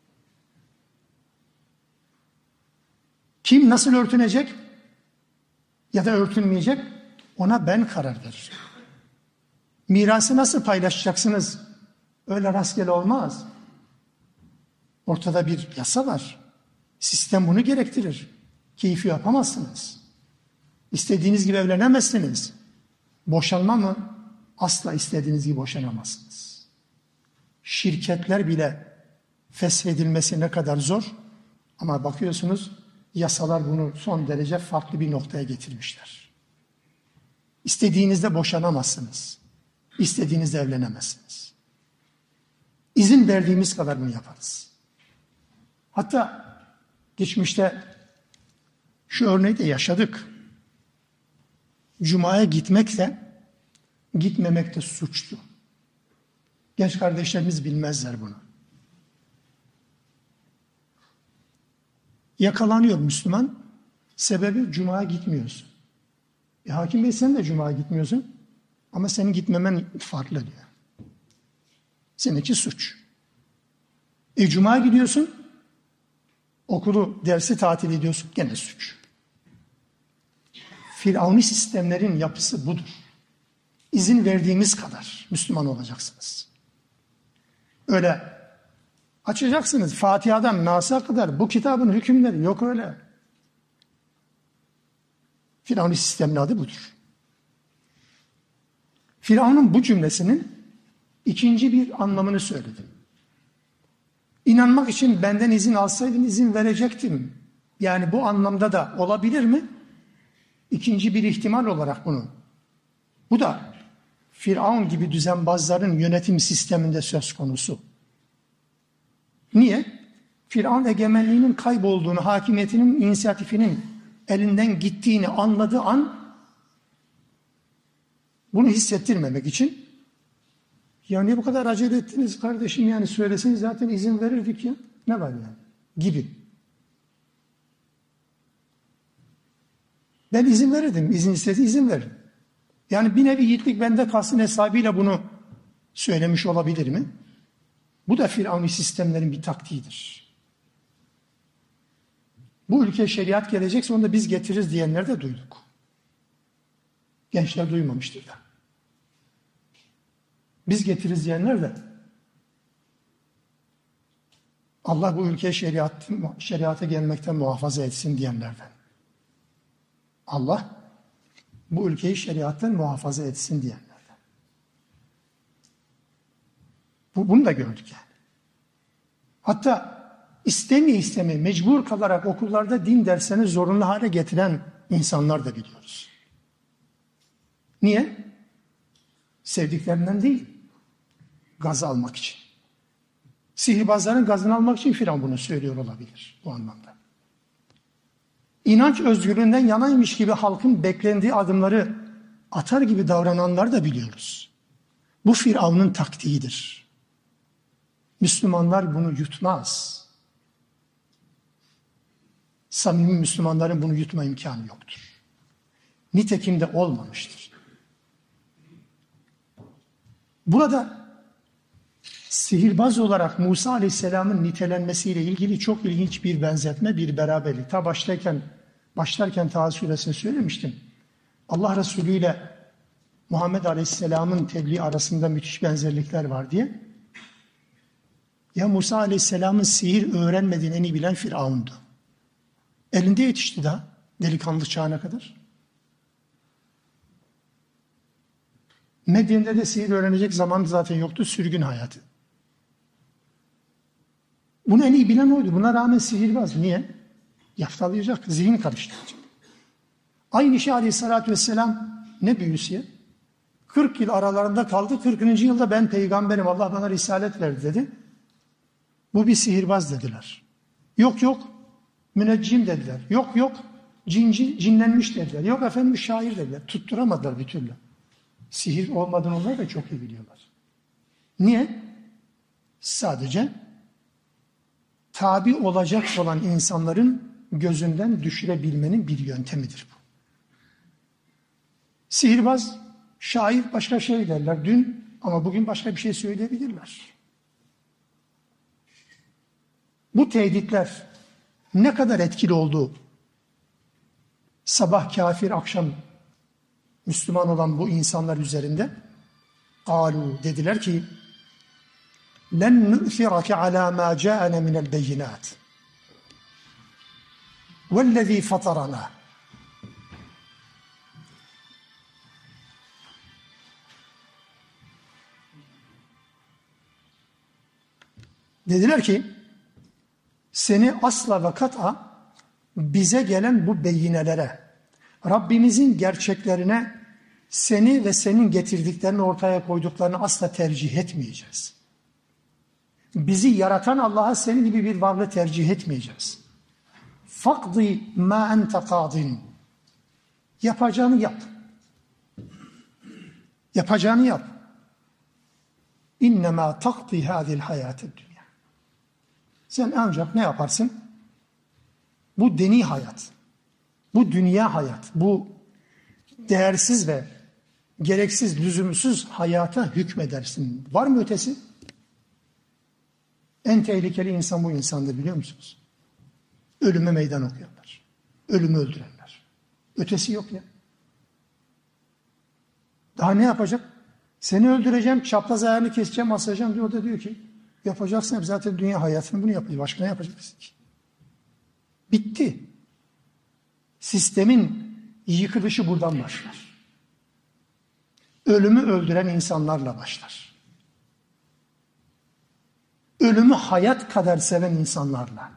[SPEAKER 1] Kim nasıl örtünecek ya da örtünmeyecek? Ona ben karar veririm. Mirası nasıl paylaşacaksınız? Öyle rastgele olmaz. Ortada bir yasa var. Sistem bunu gerektirir. Keyfi yapamazsınız. İstediğiniz gibi evlenemezsiniz. Boşanma mı? Asla istediğiniz gibi boşanamazsınız. Şirketler bile feshedilmesi ne kadar zor. Ama bakıyorsunuz yasalar bunu son derece farklı bir noktaya getirmişler. İstediğinizde boşanamazsınız. İstediğinizde evlenemezsiniz. İzin verdiğimiz kadar bunu yaparız. Hatta geçmişte şu örneği de yaşadık. Cuma'ya gitmek de gitmemek de suçtu. Genç kardeşlerimiz bilmezler bunu. Yakalanıyor Müslüman. Sebebi Cuma'ya gitmiyorsun. E, hakim bey sen de Cuma'ya gitmiyorsun. Ama senin gitmemen farklı diyor. Seninki suç. E Cuma'ya gidiyorsun. Okulu, dersi tatil ediyorsun. Gene suç. Firavuni sistemlerin yapısı budur. İzin verdiğimiz kadar Müslüman olacaksınız. Öyle açacaksınız Fatiha'dan Nas'a kadar bu kitabın hükümleri yok öyle. Firavuni sistemin adı budur. Firavun'un bu cümlesinin ikinci bir anlamını söyledim. İnanmak için benden izin alsaydın izin verecektim. Yani bu anlamda da olabilir mi? İkinci bir ihtimal olarak bunu. Bu da Firavun gibi düzenbazların yönetim sisteminde söz konusu. Niye? Firavun egemenliğinin kaybolduğunu, hakimiyetinin, inisiyatifinin elinden gittiğini anladığı an bunu hissettirmemek için ya niye bu kadar acele ettiniz kardeşim yani söyleseniz zaten izin verirdik ya. Ne var yani? Gibi. Ben izin verirdim. İzin istedi izin veririm. Yani bir nevi yiğitlik bende kalsın hesabıyla bunu söylemiş olabilir mi? Bu da Firavuni sistemlerin bir taktiğidir. Bu ülkeye şeriat gelecekse onu da biz getiririz diyenler de duyduk. Gençler duymamıştır da. Biz getiririz diyenler de Allah bu ülkeye şeriat, şeriata gelmekten muhafaza etsin diyenlerden. Allah bu ülkeyi şeriattan muhafaza etsin diyenlerden. Bu, bunu da gördük yani. Hatta istemeye istemeye mecbur kalarak okullarda din derslerini zorunlu hale getiren insanlar da biliyoruz. Niye? Sevdiklerinden değil. Gaz almak için. Sihirbazların gazını almak için Firavun bunu söylüyor olabilir bu anlamda. İnanç özgürlüğünden yanaymış gibi halkın beklendiği adımları atar gibi davrananlar da biliyoruz. Bu Firavun'un taktiğidir. Müslümanlar bunu yutmaz. Samimi Müslümanların bunu yutma imkanı yoktur. Nitekim de olmamıştır. Burada sihirbaz olarak Musa Aleyhisselam'ın nitelenmesiyle ilgili çok ilginç bir benzetme, bir beraberlik. Ta başlarken, başlarken Taha suresini söylemiştim. Allah Resulü ile Muhammed Aleyhisselam'ın tebliğ arasında müthiş benzerlikler var diye. Ya Musa Aleyhisselam'ın sihir öğrenmediğini en iyi bilen Firavun'du. Elinde yetişti daha delikanlı çağına kadar. Medyen'de de sihir öğrenecek zaman zaten yoktu, sürgün hayatı. Bunu en iyi bilen oydu. Buna rağmen sihirbaz. Niye? Yaftalayacak, zihin karıştıracak. Aynı şey Aleyhisselatü Vesselam ne büyüsü? kırk yıl aralarında kaldı. kırkıncı yılda ben peygamberim, Allah bana risalet verdi dedi. Bu bir sihirbaz dediler. Yok yok müneccim dediler. Yok yok cinci, cinlenmiş dediler. Yok efendim şair dediler. Tutturamadılar bir türlü. Sihir olmadığını onlar da çok iyi biliyorlar. Niye? Sadece tabi olacak olan insanların gözünden düşürebilmenin bir yöntemidir bu. Sihirbaz, şair başka şey derler dün ama bugün başka bir şey söyleyebilirler. Bu tehditler ne kadar etkili oldu? Sabah kafir, akşam Müslüman olan bu insanlar üzerinde قالوا dediler ki لَنْ نُؤْثِرَكَ عَلَى مَا جَاءَنَ مِنَ الْبَيِّنَاتِ وَالَّذ۪ي فَطَرَنَا. Dediler ki seni asla ve kat'a bize gelen bu beyinelere, Rabbimizin gerçeklerine, seni ve senin getirdiklerini ortaya koyduklarını asla tercih etmeyeceğiz. Bizi yaratan Allah'a senin gibi bir varlığı tercih etmeyeceğiz. فَقْضِ مَا أَنْتَ قَاضٍ. Yapacağını yap. Yapacağını yap. اِنَّمَا تَقْضِ هَذِي الْحَيَاةِ الدُّنْيَا. Sen ancak ne yaparsın? Bu deni hayat, bu dünya hayat, bu değersiz ve gereksiz, lüzumsuz hayata hükmedersin. Var mı ötesi? En tehlikeli insan bu insandır biliyor musunuz? Ölüme meydan okuyanlar, ölümü öldürenler. Ötesi yok ya. Daha ne yapacak? Seni öldüreceğim, çapraz ayağını keseceğim, asacağım diyor. O da diyor ki yapacaksın zaten dünya hayatını bunu yapıyor. Başka ne yapacaksın ki? Bitti. Sistemin yıkılışı buradan başlar. Ölümü öldüren insanlarla başlar. Ölümü hayat kadar seven insanlarla.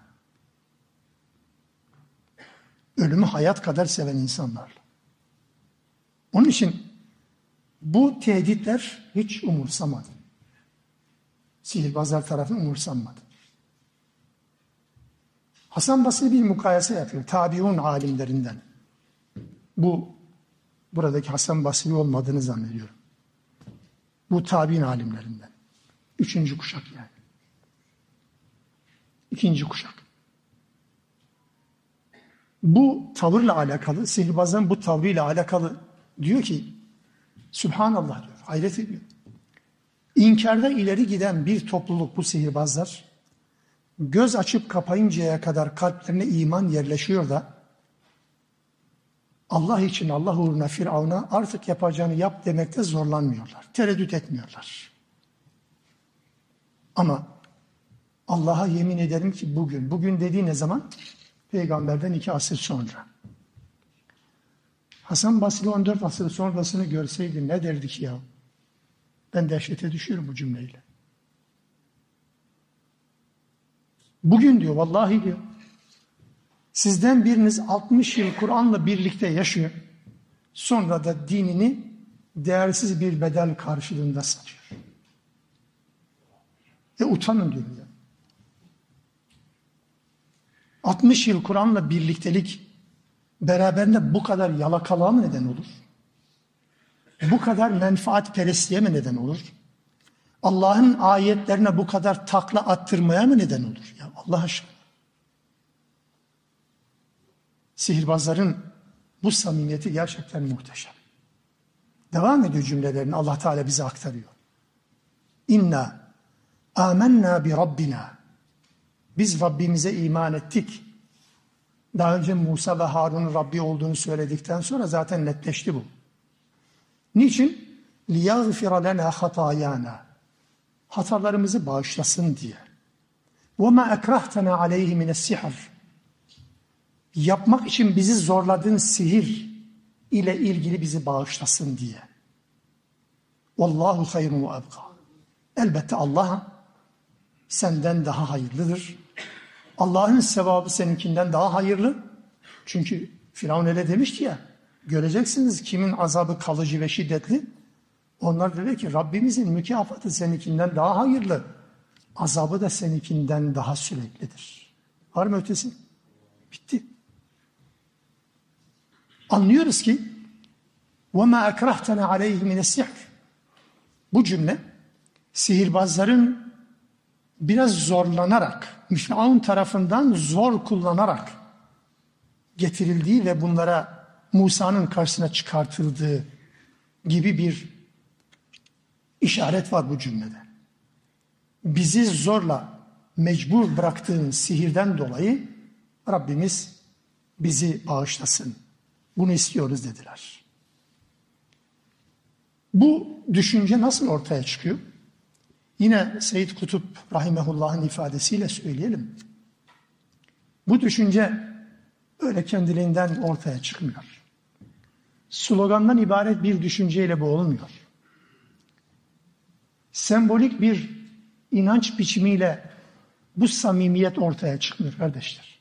[SPEAKER 1] Ölümü hayat kadar seven insanlarla. Onun için bu tehditler hiç umursamadı. Sihirbazlar tarafından umursanmadı. Hasan Basri bir mukayese yapıyor. Tabiun alimlerinden. Bu buradaki Hasan Basri olmadığını zannediyorum. Bu tabiin alimlerinden. Üçüncü kuşak yani. İkinci kuşak. Bu tavırla alakalı, sihirbazların bu tavrıyla alakalı diyor ki Sübhanallah diyor. Hayret ediyor. İnkarda ileri giden bir topluluk bu sihirbazlar göz açıp kapayıncaya kadar kalplerine iman yerleşiyor da Allah için, Allah uğruna Firavun'a artık yapacağını yap demekte zorlanmıyorlar. Tereddüt etmiyorlar. Ama Allah'a yemin ederim ki bugün, bugün dediği ne zaman? Peygamberden iki asır sonra. Hasan Basri on dört asır sonrasını görseydi ne derdi ki ya? Ben dehşete düşüyorum bu cümleyle. Bugün diyor, vallahi diyor, sizden biriniz altmış yıl Kur'an'la birlikte yaşıyor. Sonra da dinini değersiz bir bedel karşılığında satıyor. E utanın diyor ya. altmış yıl Kur'an'la birliktelik beraberinde bu kadar yalakalığa mı neden olur? Bu kadar menfaatperestliğe mi neden olur? Allah'ın ayetlerine bu kadar takla attırmaya mı neden olur? Ya Allah aşkına. Sihirbazların bu samimiyeti gerçekten muhteşem. Devam ediyor cümlelerini Allah Teala bize aktarıyor. İnna amennâ bi Rabbina. Biz Rabbimize iman ettik. Daha önce Musa ve Harun'un Rabbi olduğunu söyledikten sonra zaten netleşti bu. Niçin? لِيَغْفِرَ لَنَا خَطَايَانَا. Hatalarımızı bağışlasın diye. وَمَا اَكْرَهْتَنَا عَلَيْهِ مِنَ السِّحَرِ. Yapmak için bizi zorladığın sihir ile ilgili bizi bağışlasın diye. وَاللّٰهُ خَيْرٌ وَاَبْقَى. Elbette Allah senden daha hayırlıdır. Allah'ın sevabı seninkinden daha hayırlı. Çünkü Firavun öyle demişti ya, göreceksiniz kimin azabı kalıcı ve şiddetli. Onlar dedi ki Rabbimizin mükafatı seninkinden daha hayırlı. Azabı da seninkinden daha süreklidir. Var mı ötesi? Bitti. Anlıyoruz ki وَمَا اَكْرَهْتَنَا عَلَيْهِ مِنَ السِّحْرِ Bu cümle sihirbazların biraz zorlanarak, Firavun tarafından zor kullanarak getirildiği ve bunlara Musa'nın karşısına çıkartıldığı gibi bir işaret var bu cümlede. Bizi zorla mecbur bıraktığın sihirden dolayı Rabbimiz bizi bağışlasın. Bunu istiyoruz dediler. Bu düşünce nasıl ortaya çıkıyor? Yine Seyyid Kutup Rahimehullah'ın ifadesiyle söyleyelim. Bu düşünce öyle kendiliğinden ortaya çıkmıyor. Slogandan ibaret bir düşünceyle bu olmuyor. Sembolik bir inanç biçimiyle bu samimiyet ortaya çıkmıyor kardeşler.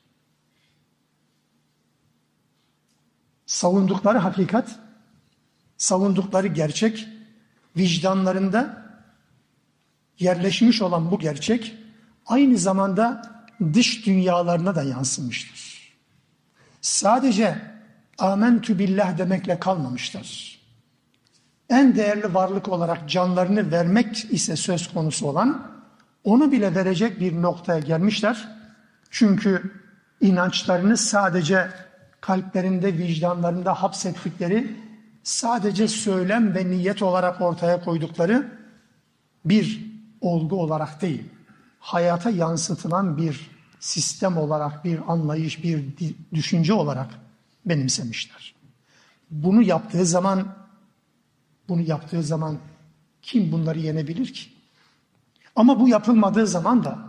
[SPEAKER 1] Savundukları hakikat, savundukları gerçek, vicdanlarında yerleşmiş olan bu gerçek aynı zamanda dış dünyalarına da yansımıştır. Sadece âmentü billah demekle kalmamıştır. En değerli varlık olarak canlarını vermek ise söz konusu olan, onu bile verecek bir noktaya gelmişler. Çünkü inançlarını sadece kalplerinde, vicdanlarında hapsettikleri, sadece söylem ve niyet olarak ortaya koydukları bir olgu olarak değil, hayata yansıtılan bir sistem olarak, bir anlayış, bir düşünce olarak benimsemişler. Bunu yaptığı zaman, bunu yaptığı zaman kim bunları yenebilir ki? Ama bu yapılmadığı zaman da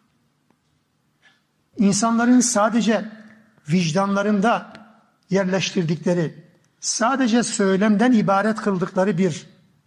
[SPEAKER 1] insanların sadece vicdanlarında yerleştirdikleri, sadece söylemden ibaret kıldıkları bir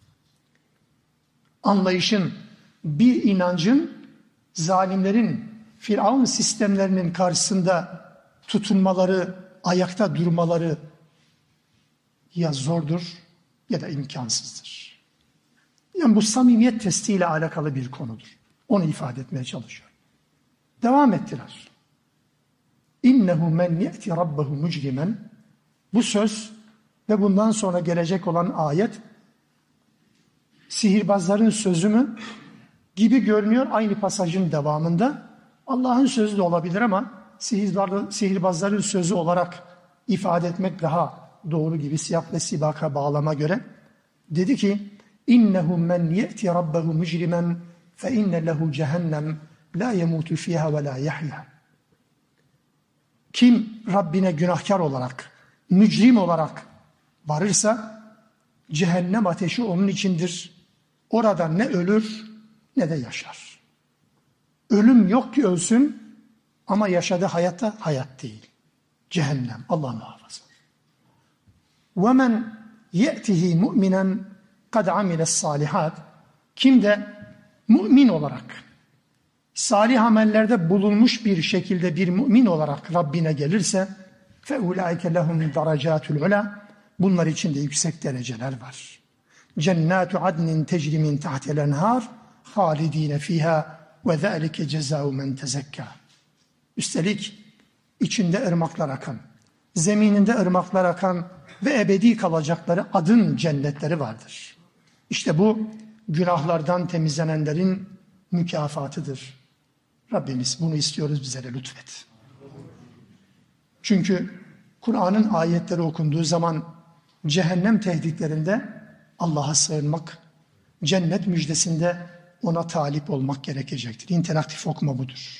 [SPEAKER 1] anlayışın, bir inancın zalimlerin, Firavun sistemlerinin karşısında tutunmaları, ayakta durmaları ya zordur ya da imkansızdır. Yani bu samimiyet testiyle alakalı bir konudur. Onu ifade etmeye çalışıyor. Devam ettiler. İnnehu men ye'ti rabbehu mucrimen. Bu söz ve bundan sonra gelecek olan ayet sihirbazların sözü mü gibi görünüyor aynı pasajın devamında. Allah'ın sözü de olabilir ama sihirbazların sözü olarak ifade etmek daha doğru gibi siyah ve sibaka bağlama göre. Dedi ki İnnehu men ye'ti rabbehu mucrimen fe inne lehu cehennem la yemutu fiha ve la yahya. Kim Rabbine günahkar olarak, mücrim olarak varırsa cehennem ateşi onun içindir. Orada ne ölür ne de yaşar. Ölüm yok ki ölsün ama yaşadığı hayatta hayat değil. Cehennem. Allah muhafaza. وَمَنْ يَأْتِهِ مُؤْمِنًا قَدْ عَمِلَ الصَّالِحَاتِ Kim de mümin olarak, salih amellerde bulunmuş bir şekilde bir mümin olarak Rabbine gelirse فَاُولَٰئِكَ لَهُمْ دَرَجَاتُ الْعُلَى Bunlar için de yüksek dereceler var. جَنَّاتُ عَدْنٍ تَجْرِ مِنْ تَحْتِ الْاَنْهَارِ خَالِد۪ينَ ف۪يهَا وَذَٰلِكَ جَزَاءُ مَنْ تَزَكَّى Üstelik içinde ırmaklar akan, zemininde ırmaklar akan ve ebedi kalacakları adın cennetleri vardır. İşte bu günahlardan temizlenenlerin mükafatıdır. Rabbimiz bunu istiyoruz, bize de lütfet. Çünkü Kur'an'ın ayetleri okunduğu zaman cehennem tehditlerinde Allah'a sığınmak, cennet müjdesinde ona talip olmak gerekecektir. İnteraktif okuma budur.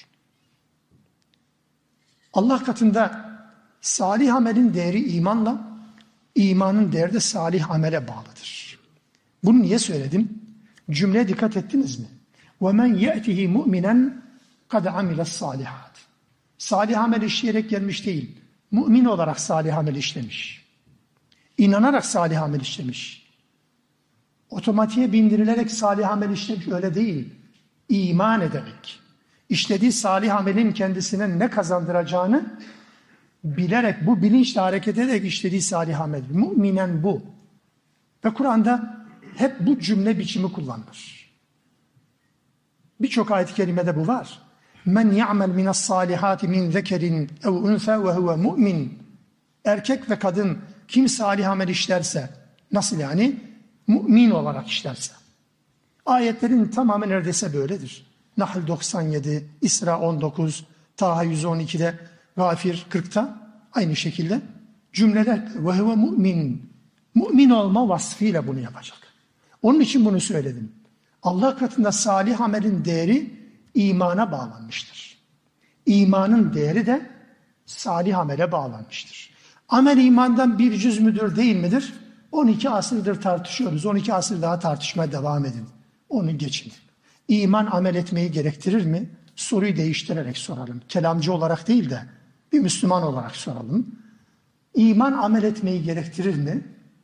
[SPEAKER 1] Allah katında salih amelin değeri imanla, imanın değeri de salih amele bağlıdır. Bunu niye söyledim? Cümleye dikkat ettiniz mi? وَمَنْ يَأْتِهِ مُؤْمِنًا قَدْ عَمِلَ الصَّالِحَاتِ Salih amel işleyerek gelmiş değil. Mümin olarak salih amel işlemiş. İnanarak salih amel işlemiş. Otomatiğe bindirilerek salih amel işlemiş öyle değil. İman ederek, işlediği salih amelin kendisine ne kazandıracağını bilerek, bu bilinçle hareket ederek işlediği salih amel. Müminen bu. Ve Kur'an'da hep bu cümle biçimi kullanılır. Birçok ayet-i kerimede bu var. Men ya'mel minas salihati min zekerin ev unsa ve huve mu'min. Erkek ve kadın kim salih amel işlerse, nasıl yani? Mümin olarak işlerse. Ayetlerin tamamı neredeyse böyledir. Nahl doksan yedi, İsra on dokuz, Taha yüz on ikide, Gafir kırkta aynı şekilde cümleler ve huve mu'min. Mümin olma vasfıyla bunu yapacak. Onun için bunu söyledim. Allah katında salih amelin değeri imana bağlanmıştır. İmanın değeri de salih amele bağlanmıştır. Amel imandan bir cüz müdür değil midir? on iki asırdır tartışıyoruz. on iki asır daha tartışmaya devam edin. Onu geçin. İman amel etmeyi gerektirir mi? Soruyu değiştirerek soralım. Kelamcı olarak değil de bir Müslüman olarak soralım. İman amel etmeyi gerektirir mi?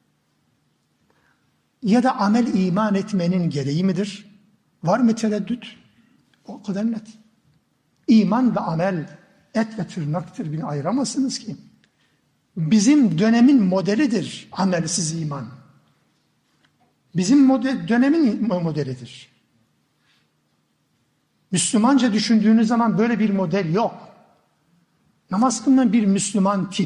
[SPEAKER 1] Ya da amel iman etmenin gereği midir? Var mı tereddüt? O kadar net. İman ve amel et ve tırnaktır. Beni ayıramazsınız ki. Bizim dönemin modelidir amelsiz iman. Bizim model, dönemin modelidir. Müslümanca düşündüğünüz zaman böyle bir model yok. Namaz kılınan bir Müslüman tip.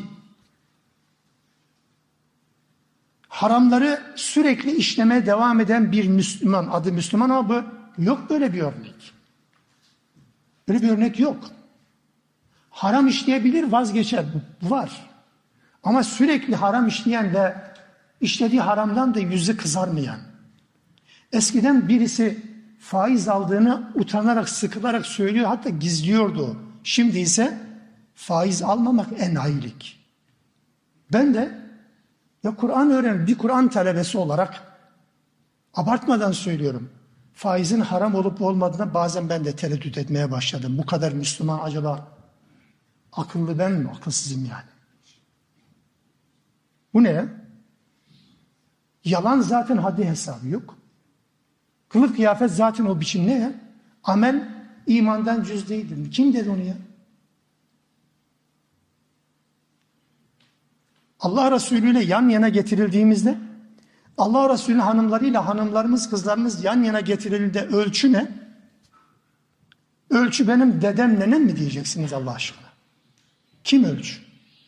[SPEAKER 1] Haramları sürekli işlemeye devam eden bir Müslüman, adı Müslüman ama bu, yok böyle bir örnek. Böyle bir örnek yok. Haram işleyebilir, vazgeçer. Bu, bu var. Ama sürekli haram işleyen ve işlediği haramdan da yüzü kızarmayan. Eskiden birisi faiz aldığını utanarak, sıkılarak söylüyor, hatta gizliyordu. Şimdi ise faiz almamak enayilik. Ben de ya Kur'an öğren, bir Kur'an talebesi olarak abartmadan söylüyorum. Faizin haram olup olmadığına bazen ben de tereddüt etmeye başladım. Bu kadar Müslüman acaba akıllı ben mi, akılsızım yani? Bu ne? Yalan zaten haddi hesabı yok. Kılık kıyafet zaten o biçim ne ya? Amel imandan cüz değildir. Kim dedi onu ya? Allah Resulü ile yan yana getirildiğimizde, Allah Resulü hanımlarıyla hanımlarımız, kızlarımız yan yana getirildiğinde ölçü ne? Ölçü benim dedem, nenem mi diyeceksiniz Allah aşkına? Kim ölçü?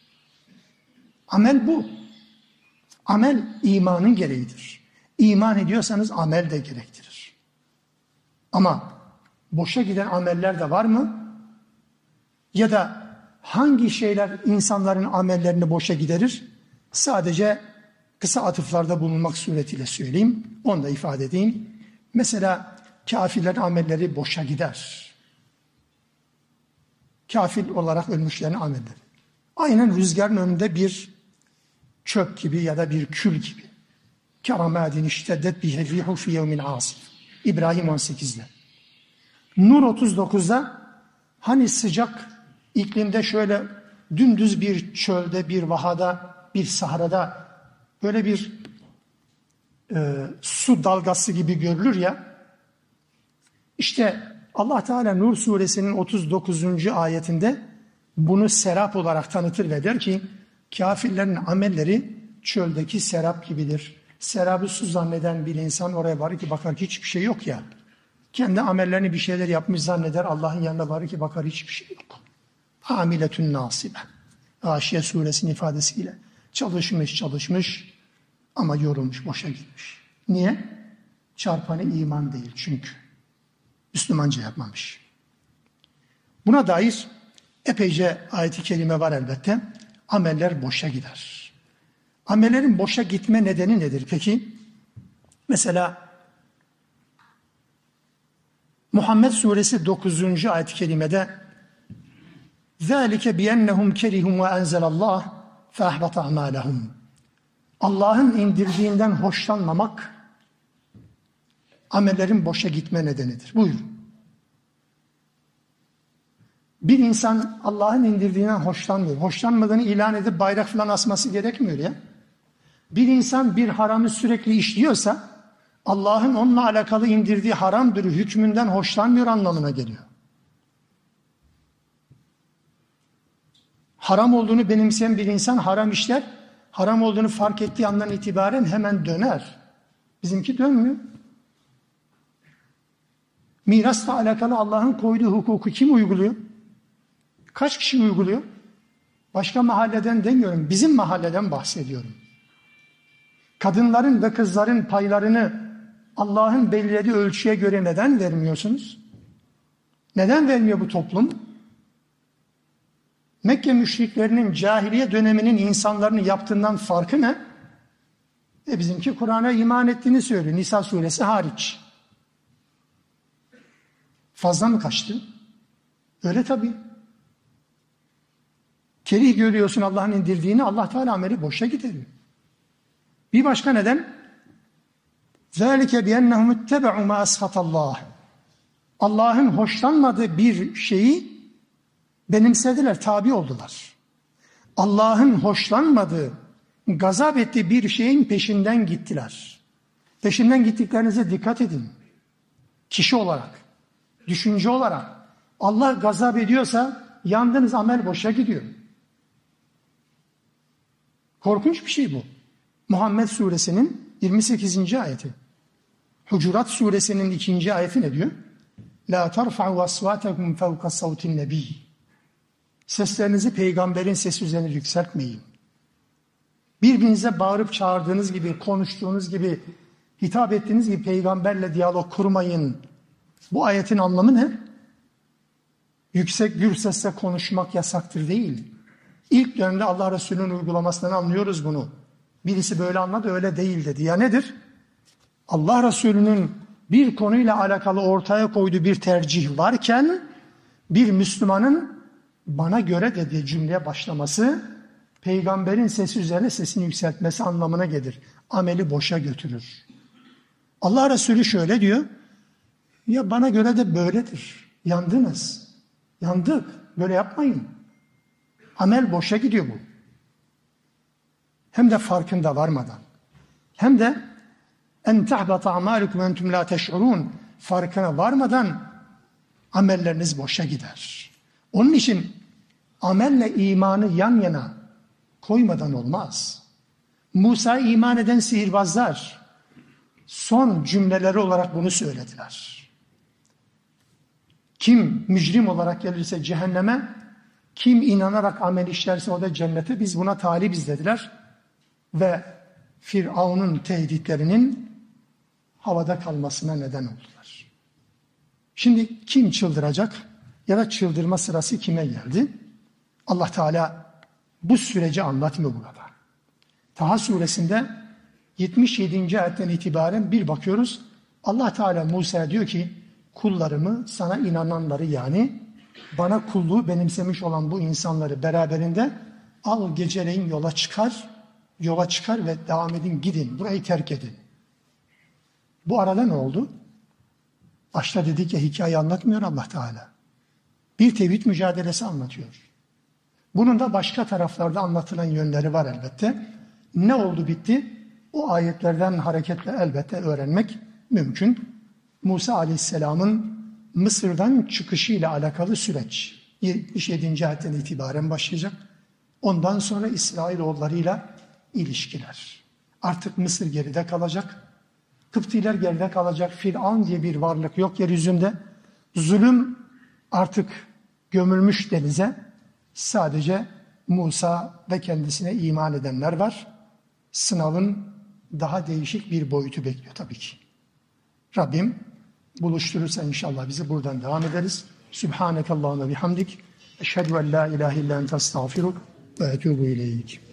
[SPEAKER 1] Amel bu. Amel imanın gereğidir. İman ediyorsanız amel de gerektirir. Ama boşa giden ameller de var mı? Ya da hangi şeyler insanların amellerini boşa giderir? Sadece kısa atıflarda bulunmak suretiyle söyleyeyim. Onu da ifade edeyim. Mesela kafirlerin amelleri boşa gider. Kafir olarak ölmüşlerin amelleri. Aynen rüzgarın önünde bir çöp gibi ya da bir kül gibi. Keramadin işteddet bihi rihu fi yevmin asif. İbrahim on sekizde. Nur otuz dokuzda hani sıcak iklimde şöyle dümdüz bir çölde, bir vahada, bir sahrada böyle bir e, su dalgası gibi görülür ya. İşte Allah Teala Nur suresinin otuz dokuzuncu ayetinde bunu serap olarak tanıtır ve der ki kafirlerin amelleri çöldeki serap gibidir. Serabı su zanneden bir insan oraya varır ki bakar ki hiçbir şey yok ya. Kendi amellerini bir şeyler yapmış zanneder. Allah'ın yanına varır ki bakar hiçbir şey yok. Amiletün nasibe. Gâşiye suresinin ifadesiyle. Çalışmış çalışmış ama yorulmuş, boşa gitmiş. Niye? Çarpanı iman değil çünkü. Müslümanca yapmamış. Buna dair epeyce ayet-i kerime var elbette. Ameller boşa gider. Amellerin boşa gitme nedeni nedir peki? Mesela Muhammed suresi dokuzuncu ayet-i kerimede ذَٰلِكَ بِيَنَّهُمْ كَرِهُمْ وَاَنْزَلَ اللّٰهِ فَاَحْبَطَ اَعْمَالَهُمْ Allah'ın indirdiğinden hoşlanmamak amellerin boşa gitme nedenidir. Buyurun. Bir insan Allah'ın indirdiğinden hoşlanmıyor. Hoşlanmadığını ilan edip bayrak falan asması gerekmiyor ya. Bir insan bir haramı sürekli işliyorsa Allah'ın onunla alakalı indirdiği haramdır hükmünden hoşlanmıyor anlamına geliyor. Haram olduğunu benimseyen bir insan haram işler, haram olduğunu fark ettiği andan itibaren hemen döner. Bizimki dönmüyor. Mirasla alakalı Allah'ın koyduğu hukuku kim uyguluyor? Kaç kişi uyguluyor? Başka mahalleden demiyorum, bizim mahalleden bahsediyorum. Kadınların ve kızların paylarını Allah'ın belirlediği ölçüye göre neden vermiyorsunuz? Neden vermiyor bu toplum? Mekke müşriklerinin cahiliye döneminin insanların yaptığından farkı ne? E bizimki Kur'an'a iman ettiğini söylüyor. Nisa suresi hariç. Fazla mı kaçtı? Öyle tabii. Kerih görüyorsun Allah'ın indirdiğini, Allah Teala ameli boşa gideriyor. Bir başka neden? ذَٰلِكَ بِيَنَّهُمُ اتَّبَعُوا مَا أَسْخَطَ اللّٰهِ Allah'ın hoşlanmadığı bir şeyi benimsediler, tabi oldular. Allah'ın hoşlanmadığı, gazap ettiği bir şeyin peşinden gittiler. Peşinden gittiklerinize dikkat edin. Kişi olarak, düşünce olarak Allah gazap ediyorsa yandığınız amel boşa gidiyor. Korkunç bir şey bu. Muhammed suresinin yirmi sekizinci ayeti. Hucurat suresinin ikinci ayeti ne diyor? La tarfa'u asvatakum fawqa savtin nebi. Seslerinizi peygamberin sesi üzerine yükseltmeyin. Birbirinize bağırıp çağırdığınız gibi, konuştuğunuz gibi, hitap ettiğiniz gibi peygamberle diyalog kurmayın. Bu ayetin anlamı ne? Yüksek gür sesle konuşmak yasaktır değil. İlk dönemde Allah Resulü'nün uygulamasından anlıyoruz bunu. Birisi böyle anladı, öyle değil dedi. Ya nedir? Allah Resulü'nün bir konuyla alakalı ortaya koyduğu bir tercih varken bir Müslümanın bana göre dediği cümleye başlaması peygamberin sesi üzerine sesini yükseltmesi anlamına gelir. Ameli boşa götürür. Allah Resulü şöyle diyor. Ya bana göre de böyledir. Yandınız. Yandık. Böyle yapmayın. Amel boşa gidiyor bu. Hem de farkında varmadan. Hem de en tahbata amalukum entum la teş'urun farkına varmadan amelleriniz boşa gider. Onun için amelle imanı yan yana koymadan olmaz. Musa iman eden sihirbazlar son cümleleri olarak bunu söylediler. Kim mücrim olarak gelirse cehenneme, kim inanarak amel işlerse o da cennete, biz buna talibiz dediler. Ve Firavun'un tehditlerinin havada kalmasına neden oldular. Şimdi kim çıldıracak ya da çıldırma sırası kime geldi? Allah Teala bu süreci anlatmıyor burada. Taha suresinde yetmiş yedinci ayetten itibaren bir bakıyoruz. Allah Teala Musa'ya diyor ki kullarımı, sana inananları yani bana kulluğu benimsemiş olan bu insanları beraberinde al geceleyin yola çıkar, yola çıkar ve devam edin, gidin, burayı terk edin. Bu arada ne oldu? Başta dedik ya hikaye anlatmıyor Allah Teala. Bir tevhid mücadelesi anlatıyor. Bunun da başka taraflarda anlatılan yönleri var elbette. Ne oldu bitti? O ayetlerden hareketle elbette öğrenmek mümkün. Musa Aleyhisselam'ın Mısır'dan çıkışıyla alakalı süreç yetmiş yedinci ayetten itibaren başlayacak. Ondan sonra İsrailoğullarıyla ilişkiler. Artık Mısır geride kalacak. Kıptiler geride kalacak. Firavun diye bir varlık yok yeryüzünde. Zulüm artık gömülmüş denize. Sadece Musa ve kendisine iman edenler var. Sınavın daha değişik bir boyutu bekliyor tabii ki. Rabbim buluşturursa inşallah bizi buradan devam ederiz. Sübhanekallahümme bihamdik. Eşhedü en la ilahe illa ente estağfiruk ve etûbü ileyk.